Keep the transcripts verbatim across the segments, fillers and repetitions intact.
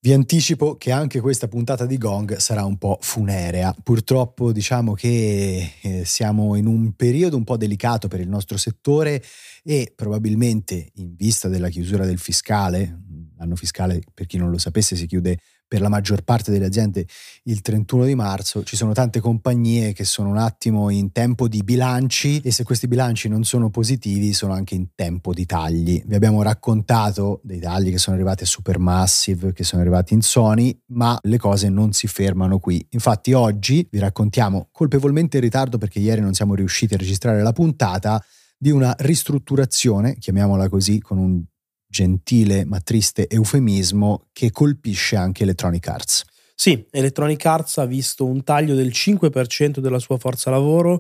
Vi anticipo che anche questa puntata di Gong sarà un po' funerea. Purtroppo diciamo che eh, siamo in un periodo un po' delicato per il nostro settore e probabilmente in vista della chiusura del fiscale, l'anno fiscale per chi non lo sapesse si chiude per la maggior parte delle aziende il trentuno di marzo, ci sono tante compagnie che sono un attimo in tempo di bilanci e se questi bilanci non sono positivi sono anche in tempo di tagli. Vi abbiamo raccontato dei tagli che sono arrivati a Supermassive, che sono arrivati in Sony, ma le cose non si fermano qui. Infatti oggi vi raccontiamo, colpevolmente in ritardo perché ieri non siamo riusciti a registrare la puntata, di una ristrutturazione, chiamiamola così con un gentile ma triste eufemismo, che colpisce anche Electronic Arts. Sì, Electronic Arts ha visto un taglio del cinque per cento della sua forza lavoro,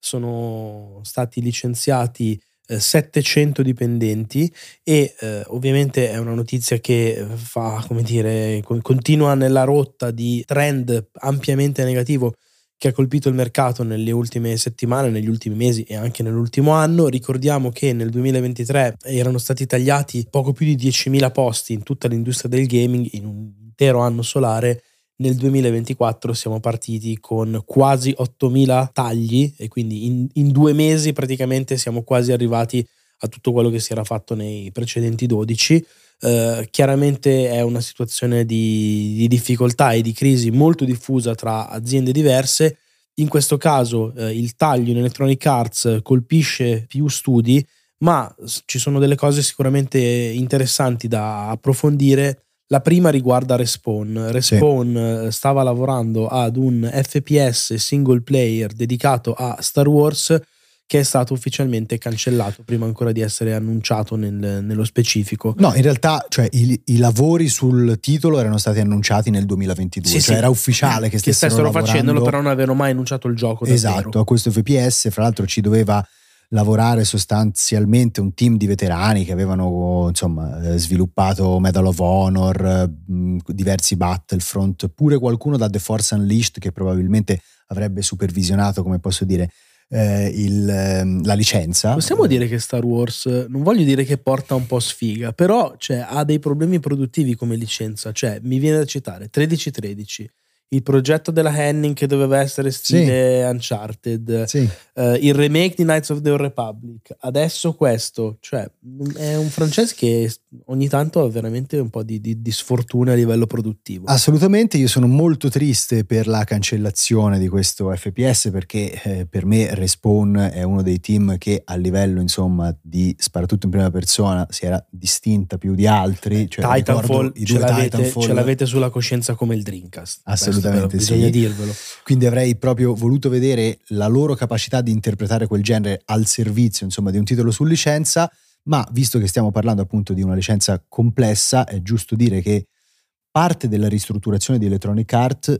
sono stati licenziati eh, settecento dipendenti e eh, ovviamente è una notizia che fa, come dire, continua nella rotta di trend ampiamente negativo che ha colpito il mercato nelle ultime settimane, negli ultimi mesi e anche nell'ultimo anno. Ricordiamo che nel duemilaventitré erano stati tagliati poco più di diecimila posti in tutta l'industria del gaming in un intero anno solare. Nel duemilaventiquattro siamo partiti con quasi ottomila tagli e quindi in, in due mesi praticamente siamo quasi arrivati a tutto quello che si era fatto nei precedenti dodici. Uh, chiaramente è una situazione di, di difficoltà e di crisi molto diffusa tra aziende diverse. In questo caso uh, il taglio in Electronic Arts colpisce più studi, ma ci sono delle cose sicuramente interessanti da approfondire. La prima riguarda Respawn. Respawn sì. Stava lavorando ad un F P S single player dedicato a Star Wars, che è stato ufficialmente cancellato prima ancora di essere annunciato nel, nello specifico. No, in realtà cioè, i, i lavori sul titolo erano stati annunciati nel duemilaventidue, sì, cioè sì. Era ufficiale che stessero, che stessero lavorando... facendolo, però non avevano mai annunciato il gioco davvero. Esatto, a questo F P S, fra l'altro ci doveva lavorare sostanzialmente un team di veterani che avevano insomma sviluppato Medal of Honor, mh, diversi Battlefront, pure qualcuno da The Force Unleashed che probabilmente avrebbe supervisionato, come posso dire, Eh, il, la licenza. Possiamo dire che Star Wars, non voglio dire che porta un po' sfiga, però cioè, ha dei problemi produttivi come licenza. Cioè, mi viene da citare tredici tredici, il progetto della Henning che doveva essere stile sì. Uncharted, sì. uh, il remake di Knights of the Old Republic, adesso questo, cioè è un franchise che ogni tanto ha veramente un po' di, di, di sfortuna a livello produttivo. Assolutamente, io sono molto triste per la cancellazione di questo F P S perché eh, per me Respawn è uno dei team che a livello insomma di sparatutto in prima persona si era distinta più di altri, cioè, Titanfall, i ce, due l'avete, Titanfall. ce l'avete sulla coscienza come il Dreamcast. Assolutamente. Assolutamente bisogna sì. dirvelo. Quindi avrei proprio voluto vedere la loro capacità di interpretare quel genere al servizio insomma di un titolo su licenza, ma visto che stiamo parlando appunto di una licenza complessa è giusto dire che parte della ristrutturazione di Electronic Arts,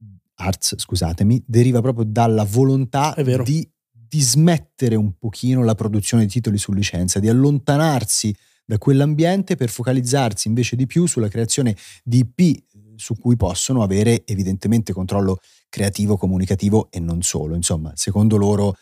Arts scusatemi, deriva proprio dalla volontà di, di smettere un pochino la produzione di titoli su licenza, di allontanarsi da quell'ambiente per focalizzarsi invece di più sulla creazione di I P su cui possono avere evidentemente controllo creativo, comunicativo e non solo. Insomma, secondo loro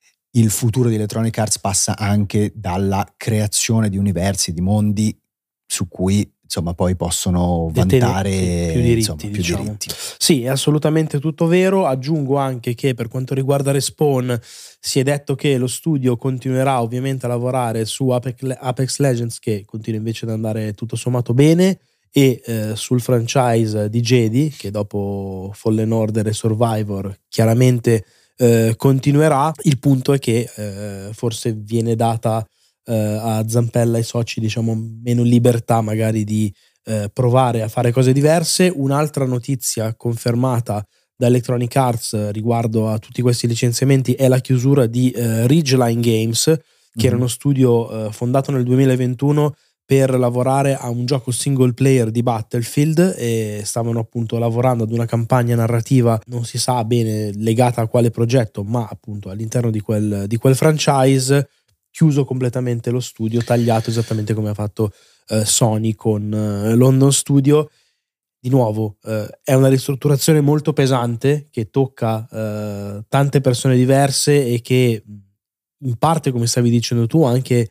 il futuro di Electronic Arts passa anche dalla creazione di universi, di mondi su cui insomma poi possono vantare più diritti, insomma, più diciamo. diritti. Sì, è assolutamente tutto vero. Aggiungo anche che per quanto riguarda Respawn si è detto che lo studio continuerà ovviamente a lavorare su Apex, Apex Legends, che continua invece ad andare tutto sommato bene, e eh, sul franchise di Jedi, che dopo Fallen Order e Survivor chiaramente eh, continuerà. Il punto è che eh, forse viene data eh, a Zampella e ai soci diciamo meno libertà magari di eh, provare a fare cose diverse. Un'altra notizia confermata da Electronic Arts riguardo a tutti questi licenziamenti è la chiusura di eh, Ridgeline Games, che mm-hmm. era uno studio eh, fondato nel duemilaventuno per lavorare a un gioco single player di Battlefield, e stavano appunto lavorando ad una campagna narrativa non si sa bene legata a quale progetto, ma appunto all'interno di quel, di quel franchise. Chiuso completamente lo studio, tagliato esattamente come ha fatto eh, Sony con eh, London Studio. Di nuovo eh, è una ristrutturazione molto pesante che tocca eh, tante persone diverse e che in parte, come stavi dicendo tu, anche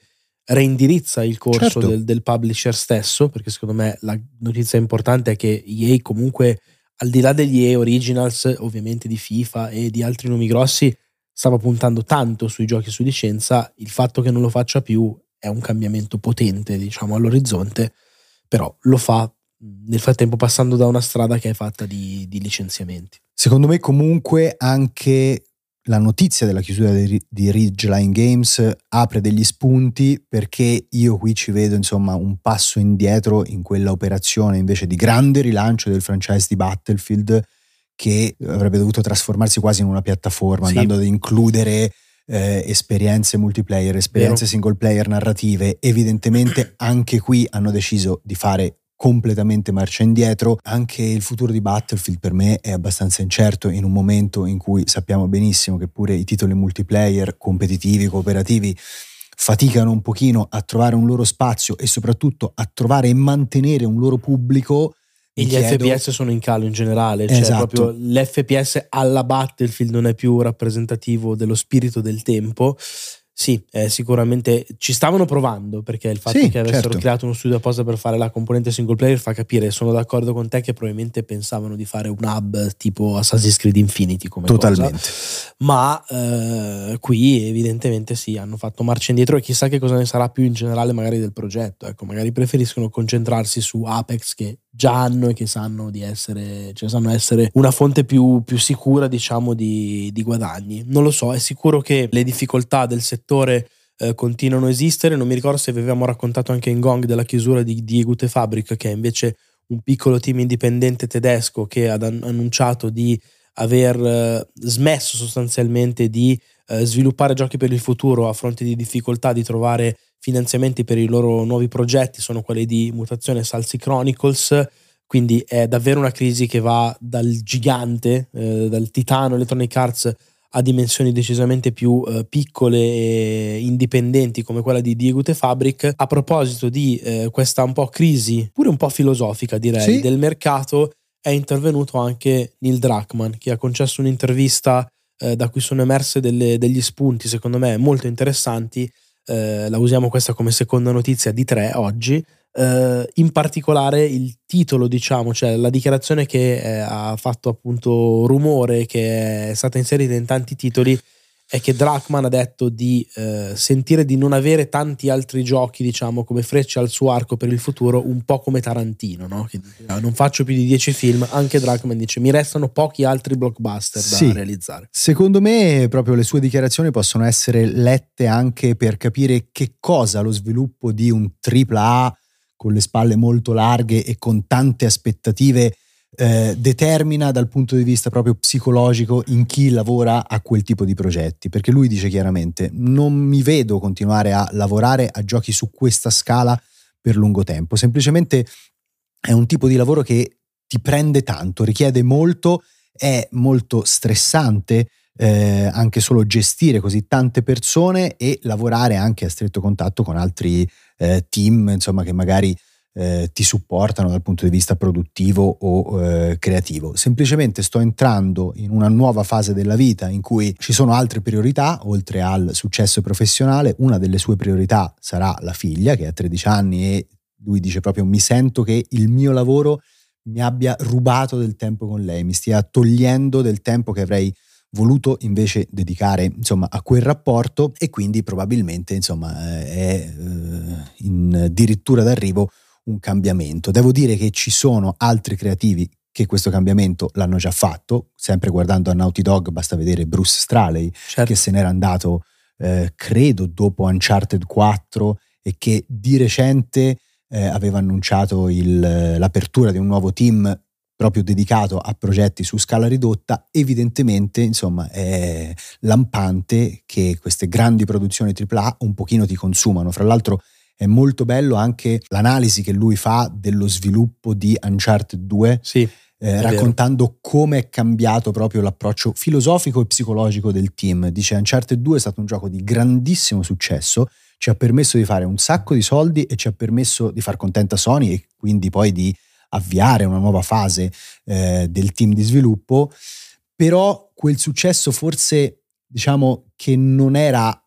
reindirizza il corso Certo. del, del publisher stesso, perché secondo me la notizia importante è che E A comunque, al di là degli E A Originals, ovviamente di FIFA e di altri nomi grossi, stava puntando tanto sui giochi su licenza. Il fatto che non lo faccia più è un cambiamento potente, diciamo, all'orizzonte, però lo fa nel frattempo passando da una strada che è fatta di, di licenziamenti. Secondo me comunque anche la notizia della chiusura di, di Ridgeline Games apre degli spunti, perché io qui ci vedo insomma un passo indietro in quella operazione invece di grande rilancio del franchise di Battlefield, che avrebbe dovuto trasformarsi quasi in una piattaforma, sì, andando ad includere eh, esperienze multiplayer, esperienze Vero. single player narrative. Evidentemente anche qui hanno deciso di fare completamente marcia indietro. Anche il futuro di Battlefield per me è abbastanza incerto, in un momento in cui sappiamo benissimo che pure i titoli multiplayer competitivi, cooperativi faticano un pochino a trovare un loro spazio e soprattutto a trovare e mantenere un loro pubblico. E gli chiedo... F P S sono in calo in generale, cioè esatto. proprio l'F P S alla Battlefield non è più rappresentativo dello spirito del tempo. Sì, eh, sicuramente ci stavano provando, perché il fatto sì, che avessero certo. creato uno studio apposta per fare la componente single player fa capire. Sono d'accordo con te che probabilmente pensavano di fare un hub tipo Assassin's Creed Infinity come Totalmente. cosa, ma eh, qui evidentemente sì, hanno fatto marcia indietro, e chissà che cosa ne sarà più in generale magari del progetto. Ecco, magari preferiscono concentrarsi su Apex, che già hanno e che sanno di essere, cioè sanno essere una fonte più, più sicura, diciamo, di, di guadagni. Non lo so, è sicuro che le difficoltà del settore eh, continuano a esistere. Non mi ricordo se avevamo raccontato anche in Gong della chiusura di, di Gute Fabrik, che è invece un piccolo team indipendente tedesco che ha annunciato di aver eh, smesso sostanzialmente di eh, sviluppare giochi per il futuro a fronte di difficoltà di trovare finanziamenti per i loro nuovi progetti. Sono quelli di Mutazione Salsi Chronicles, quindi è davvero una crisi che va dal gigante, eh, dal titano Electronic Arts, a dimensioni decisamente più eh, piccole e indipendenti come quella di Die Gute Fabrik. A proposito di eh, questa un po' crisi, pure un po' filosofica direi, sì, del mercato, è intervenuto anche Neil Druckmann, che ha concesso un'intervista eh, da cui sono emerse delle, degli spunti secondo me molto interessanti. Eh, la usiamo questa come seconda notizia di tre oggi. Eh, in particolare il titolo, diciamo, cioè la dichiarazione che eh, ha fatto appunto rumore, che è stata inserita in tanti titoli, è che Druckmann ha detto di eh, sentire di non avere tanti altri giochi, diciamo, come frecce al suo arco per il futuro, un po' come Tarantino, no? Che dice, non faccio più di dieci film. Anche Druckmann dice mi restano pochi altri blockbuster sì, da realizzare. Secondo me proprio le sue dichiarazioni possono essere lette anche per capire che cosa lo sviluppo di un tripla A con le spalle molto larghe e con tante aspettative Eh, determina dal punto di vista proprio psicologico in chi lavora a quel tipo di progetti, perché lui dice chiaramente: non mi vedo continuare a lavorare a giochi su questa scala per lungo tempo, semplicemente è un tipo di lavoro che ti prende tanto, richiede molto, è molto stressante eh, anche solo gestire così tante persone e lavorare anche a stretto contatto con altri eh, team, insomma, che magari Eh, ti supportano dal punto di vista produttivo o eh, creativo. Semplicemente sto entrando in una nuova fase della vita in cui ci sono altre priorità oltre al successo professionale. Una delle sue priorità sarà la figlia, che ha tredici anni, e lui dice proprio: mi sento che il mio lavoro mi abbia rubato del tempo con lei, mi stia togliendo del tempo che avrei voluto invece dedicare, insomma, a quel rapporto, e quindi probabilmente, insomma, è eh, in addirittura d'arrivo un cambiamento. Devo dire che ci sono altri creativi che questo cambiamento l'hanno già fatto, sempre guardando a Naughty Dog basta vedere Bruce Straley, certo, che se n'era andato eh, credo dopo Uncharted quattro, e che di recente eh, aveva annunciato il, l'apertura di un nuovo team proprio dedicato a progetti su scala ridotta. Evidentemente, insomma, è lampante che queste grandi produzioni tripla A un pochino ti consumano. Fra l'altro è molto bello anche l'analisi che lui fa dello sviluppo di Uncharted due, sì, eh, raccontando come è cambiato proprio l'approccio filosofico e psicologico del team. Dice: Uncharted due è stato un gioco di grandissimo successo, ci ha permesso di fare un sacco di soldi e ci ha permesso di far contenta Sony e quindi poi di avviare una nuova fase eh, del team di sviluppo. Però quel successo forse, diciamo, che non era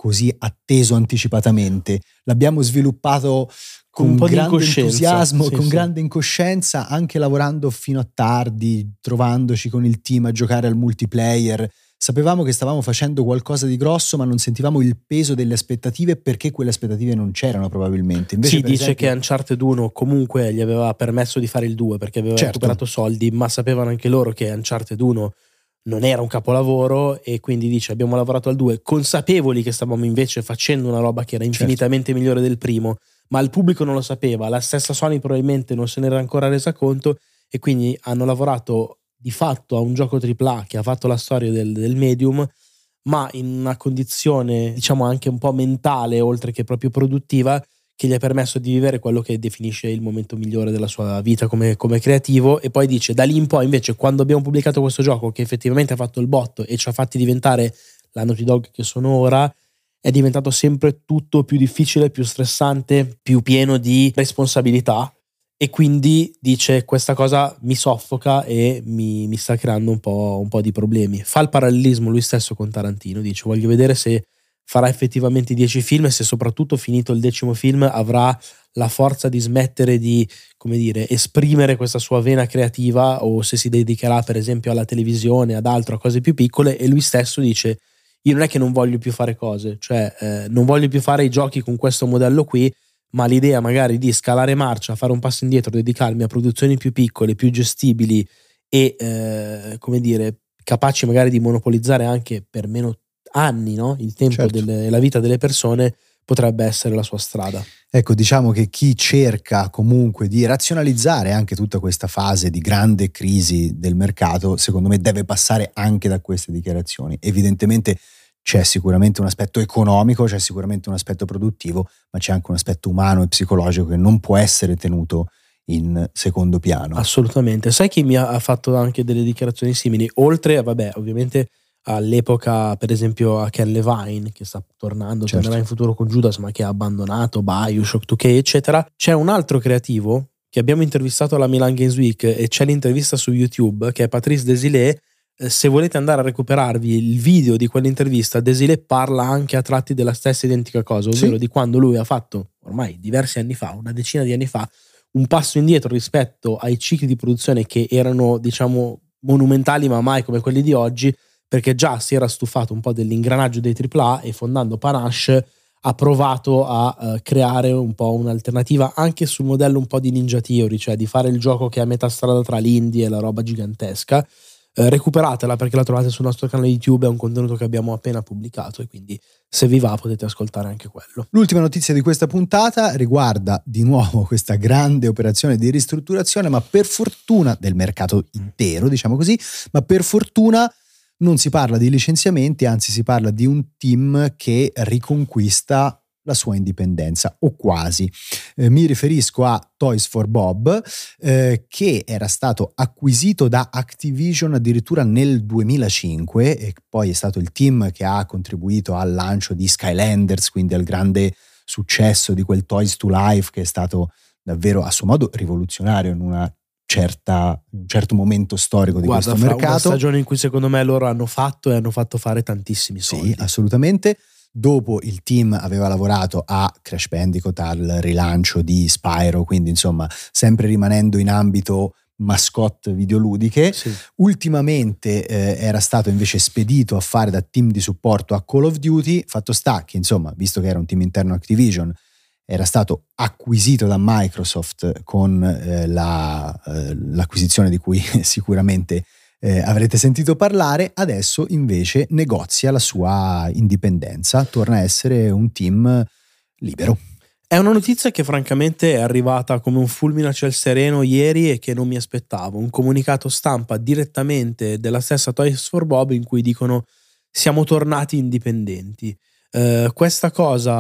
così atteso anticipatamente, l'abbiamo sviluppato con un po' grande di entusiasmo, sì, con sì. grande incoscienza, anche lavorando fino a tardi, trovandoci con il team a giocare al multiplayer. Sapevamo che stavamo facendo qualcosa di grosso, ma non sentivamo il peso delle aspettative, perché quelle aspettative non c'erano probabilmente. Invece, sì, per dice esempio, che Uncharted uno comunque gli aveva permesso di fare il due perché aveva certo, recuperato soldi, ma sapevano anche loro che Uncharted uno non era un capolavoro, e quindi dice abbiamo lavorato al due consapevoli che stavamo invece facendo una roba che era infinitamente certo. migliore del primo, ma il pubblico non lo sapeva, la stessa Sony probabilmente non se n'era ancora resa conto, e quindi hanno lavorato di fatto a un gioco tripla A che ha fatto la storia del, del medium, ma in una condizione diciamo anche un po' mentale oltre che proprio produttiva, che gli ha permesso di vivere quello che definisce il momento migliore della sua vita come, come creativo. E poi dice da lì in poi invece, quando abbiamo pubblicato questo gioco che effettivamente ha fatto il botto e ci ha fatti diventare la Naughty Dog che sono ora, è diventato sempre tutto più difficile, più stressante, più pieno di responsabilità, e quindi dice questa cosa mi soffoca e mi, mi sta creando un po', un po' di problemi. Fa il parallelismo lui stesso con Tarantino, dice voglio vedere se farà effettivamente dieci film e se soprattutto finito il decimo film avrà la forza di smettere di, come dire, esprimere questa sua vena creativa, o se si dedicherà per esempio alla televisione, ad altro, a cose più piccole. E lui stesso dice io non è che non voglio più fare cose, cioè eh, non voglio più fare i giochi con questo modello qui, ma l'idea magari di scalare marcia, fare un passo indietro, dedicarmi a produzioni più piccole, più gestibili e eh, come dire capaci magari di monopolizzare anche per meno anni, no? il tempo certo. e la vita delle persone, potrebbe essere la sua strada. Ecco, diciamo che chi cerca comunque di razionalizzare anche tutta questa fase di grande crisi del mercato, secondo me deve passare anche da queste dichiarazioni. Evidentemente c'è sicuramente un aspetto economico, c'è sicuramente un aspetto produttivo, ma c'è anche un aspetto umano e psicologico che non può essere tenuto in secondo piano. Assolutamente. Sai chi mi ha fatto anche delle dichiarazioni simili? Oltre, vabbè, ovviamente all'epoca per esempio a Ken Levine, che sta tornando, certo. tornerà in futuro con Judas, ma che ha abbandonato Bioshock due K eccetera. C'è un altro creativo che abbiamo intervistato alla Milan Games Week e c'è l'intervista su YouTube, che è Patrice Desilets. Se volete andare a recuperarvi il video di quell'intervista, Desilets parla anche a tratti della stessa identica cosa, ovvero sì. di quando lui ha fatto ormai diversi anni fa, una decina di anni fa, un passo indietro rispetto ai cicli di produzione che erano diciamo monumentali ma mai come quelli di oggi, perché già si era stufato un po' dell'ingranaggio dei tripla A e fondando Panache ha provato a uh, creare un po' un'alternativa anche sul modello un po' di Ninja Theory, cioè di fare il gioco che è a metà strada tra l'indie e la roba gigantesca. Uh, recuperatela perché la trovate sul nostro canale YouTube, è un contenuto che abbiamo appena pubblicato e quindi se vi va potete ascoltare anche quello. L'ultima notizia di questa puntata riguarda di nuovo questa grande operazione di ristrutturazione, ma per fortuna del mercato intero, diciamo così, ma per fortuna non si parla di licenziamenti, anzi si parla di un team che riconquista la sua indipendenza, o quasi. Eh, mi riferisco a Toys for Bob, eh, che era stato acquisito da Activision addirittura nel duemilacinque e poi è stato il team che ha contribuito al lancio di Skylanders, quindi al grande successo di quel Toys to Life che è stato davvero a suo modo rivoluzionario in una certa, un certo momento storico di Guarda, questo mercato. Una stagione in cui secondo me loro hanno fatto e hanno fatto fare tantissimi soldi. Sì, assolutamente. Dopo il team aveva lavorato a Crash Bandicoot, al rilancio di Spyro, quindi insomma sempre rimanendo in ambito mascotte videoludiche. Sì. Ultimamente eh, era stato invece spedito a fare da team di supporto a Call of Duty. Fatto sta che insomma, visto che era un team interno Activision, era stato acquisito da Microsoft con eh, la, eh, l'acquisizione di cui sicuramente eh, avrete sentito parlare. Adesso invece negozia la sua indipendenza, torna a essere un team libero. È una notizia che francamente è arrivata come un fulmine a ciel sereno ieri e che non mi aspettavo. Un comunicato stampa direttamente della stessa Toys for Bob in cui dicono siamo tornati indipendenti. Uh, questa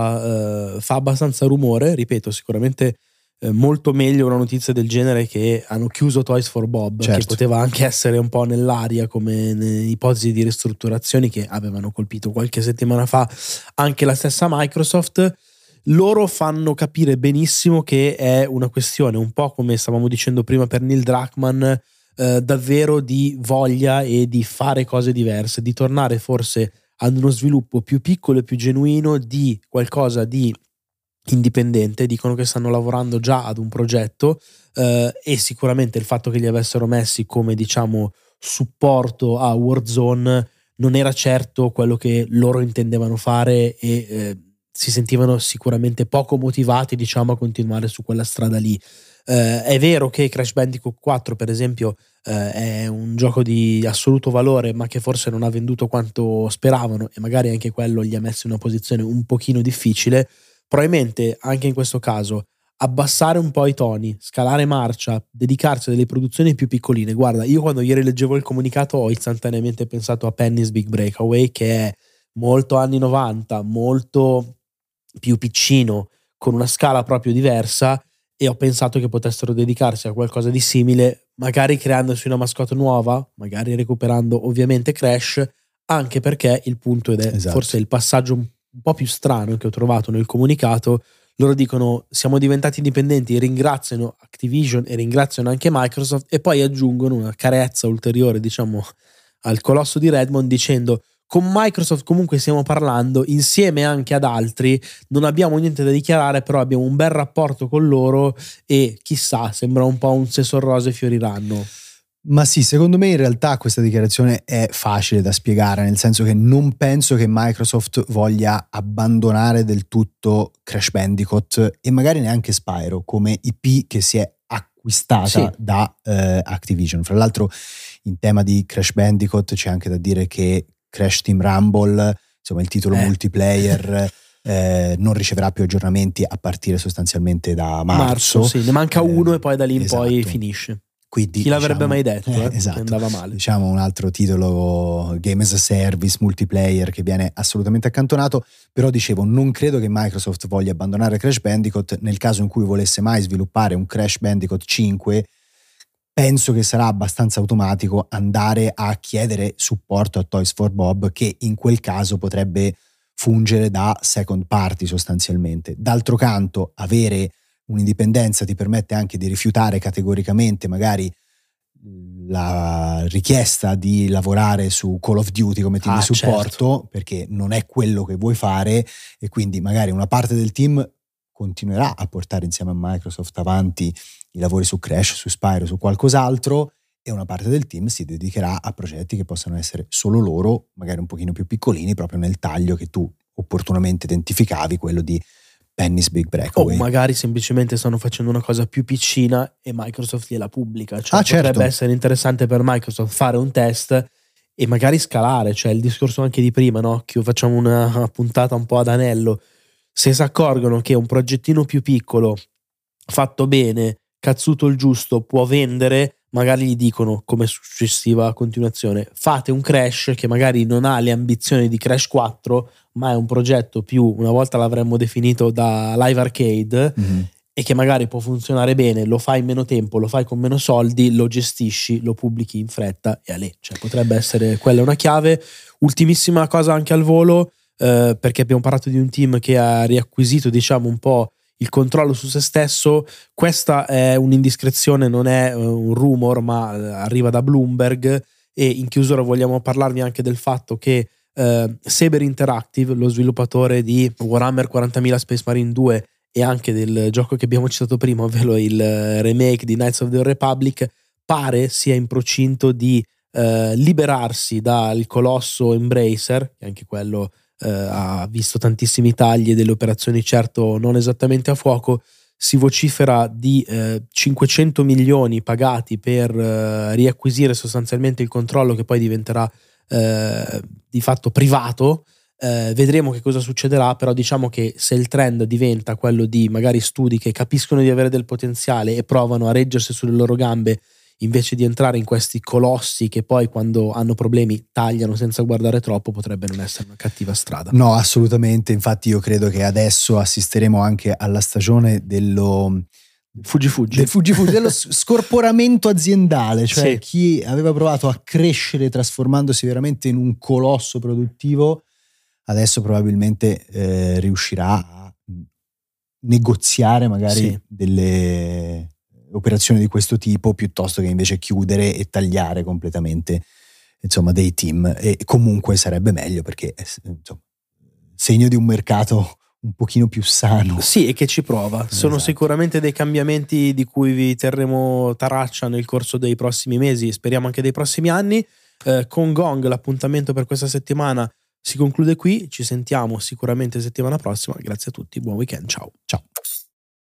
cosa uh, fa abbastanza rumore, ripeto, sicuramente uh, molto meglio una notizia del genere che hanno chiuso Toys for Bob, certo. che poteva anche essere un po' nell'aria come ipotesi di ristrutturazioni che avevano colpito qualche settimana fa anche la stessa Microsoft. Loro fanno capire benissimo che è una questione un po' come stavamo dicendo prima per Neil Druckmann, uh, davvero di voglia e di fare cose diverse, di tornare forse ad uno sviluppo più piccolo e più genuino di qualcosa di indipendente, dicono che stanno lavorando già ad un progetto, eh, e sicuramente il fatto che li avessero messi come, diciamo, supporto a Warzone non era certo quello che loro intendevano fare, e eh, si sentivano sicuramente poco motivati, diciamo, a continuare su quella strada lì. Eh, è vero che Crash Bandicoot quattro, per esempio, eh, è un gioco di assoluto valore, ma che forse non ha venduto quanto speravano, e magari anche quello li ha messi in una posizione un pochino difficile. Probabilmente anche in questo caso abbassare un po' i toni, scalare marcia, dedicarsi a delle produzioni più piccoline. Guarda, io quando ieri leggevo il comunicato ho istantaneamente pensato a Penny's Big Breakaway, che è molto anni novanta, molto più piccino, con una scala proprio diversa, e ho pensato che potessero dedicarsi a qualcosa di simile, magari creandosi una mascotte nuova, magari recuperando ovviamente Crash, anche perché il punto, ed è Esatto. forse il passaggio un un po' più strano che ho trovato nel comunicato, loro dicono siamo diventati indipendenti, ringraziano Activision e ringraziano anche Microsoft, e poi aggiungono una carezza ulteriore, diciamo, al colosso di Redmond, dicendo con Microsoft comunque stiamo parlando insieme anche ad altri, non abbiamo niente da dichiarare, però abbiamo un bel rapporto con loro e chissà, sembra un po' un sesso rose fioriranno. Ma sì, secondo me in realtà questa dichiarazione è facile da spiegare, nel senso che non penso che Microsoft voglia abbandonare del tutto Crash Bandicoot e magari neanche Spyro come I P che si è acquistata Sì. da eh, Activision. Fra l'altro, in tema di Crash Bandicoot c'è anche da dire che Crash Team Rumble, insomma il titolo Eh. multiplayer, eh, non riceverà più aggiornamenti a partire sostanzialmente da marzo. Marzo, sì, ne manca uno Eh, e poi da lì in esatto. poi finisce. Quindi, Chi l'avrebbe diciamo, mai detto, eh, eh, esatto, che andava male. Diciamo un altro titolo game as a service, multiplayer, che viene assolutamente accantonato. Però dicevo, non credo che Microsoft voglia abbandonare Crash Bandicoot. Nel caso in cui volesse mai sviluppare un Crash Bandicoot cinque, penso che sarà abbastanza automatico andare a chiedere supporto a Toys for Bob, che in quel caso potrebbe fungere da second party sostanzialmente. D'altro canto, avere un'indipendenza ti permette anche di rifiutare categoricamente magari la richiesta di lavorare su Call of Duty come team Ah, di supporto, certo. perché non è quello che vuoi fare, e quindi magari una parte del team continuerà a portare insieme a Microsoft avanti i lavori su Crash, su Spyro, su qualcos'altro, e una parte del team si dedicherà a progetti che possano essere solo loro, magari un pochino più piccolini, proprio nel taglio che tu opportunamente identificavi, quello di Penny's Big Breakaway. O magari semplicemente stanno facendo una cosa più piccina e Microsoft gliela pubblica. Cioè, Ah, potrebbe certo. essere interessante per Microsoft fare un test e magari scalare. Cioè, il discorso anche di prima, no? Che facciamo una puntata un po' ad anello. Se si accorgono che un progettino più piccolo, fatto bene, cazzuto il giusto, può vendere, magari gli dicono, come successiva continuazione, fate un Crash che magari non ha le ambizioni di Crash quattro, ma è un progetto più, una volta l'avremmo definito da live arcade, Mm-hmm. e che magari può funzionare bene, lo fai in meno tempo, lo fai con meno soldi, lo gestisci, lo pubblichi in fretta e a lì. Cioè, potrebbe essere quella una chiave. Ultimissima cosa anche al volo, eh, perché abbiamo parlato di un team che ha riacquisito, diciamo, un po' il controllo su se stesso. Questa è un'indiscrezione, non è un rumor, ma arriva da Bloomberg, e in chiusura vogliamo parlarvi anche del fatto che Uh, Saber Interactive, lo sviluppatore di Warhammer quarantamila Space Marine due e anche del gioco che abbiamo citato prima, ovvero il remake di Knights of the Republic, pare sia in procinto di uh, liberarsi dal colosso Embracer, che anche quello uh, ha visto tantissimi tagli e delle operazioni certo non esattamente a fuoco. Si vocifera di uh, cinquecento milioni pagati per uh, riacquisire sostanzialmente il controllo, che poi diventerà Eh, di fatto privato. Eh, vedremo che cosa succederà, però diciamo che se il trend diventa quello di magari studi che capiscono di avere del potenziale e provano a reggersi sulle loro gambe, invece di entrare in questi colossi che poi quando hanno problemi tagliano senza guardare troppo, potrebbe non essere una cattiva strada. No, assolutamente. Infatti io credo che adesso assisteremo anche alla stagione dello Fuggi fuggi. del fuggi fuggi, dello scorporamento aziendale, cioè sì. Chi aveva provato a crescere trasformandosi veramente in un colosso produttivo, adesso probabilmente eh, riuscirà a negoziare magari sì. delle operazioni di questo tipo, piuttosto che invece chiudere e tagliare completamente insomma dei team, e comunque sarebbe meglio perché insomma, segno di un mercato un pochino più sano. Sì, e che ci prova. Sono Esatto. sicuramente dei cambiamenti di cui vi terremo traccia nel corso dei prossimi mesi, speriamo anche dei prossimi anni. Eh, con Gong l'appuntamento per questa settimana si conclude qui, ci sentiamo sicuramente settimana prossima. Grazie a tutti, buon weekend, ciao. Ciao.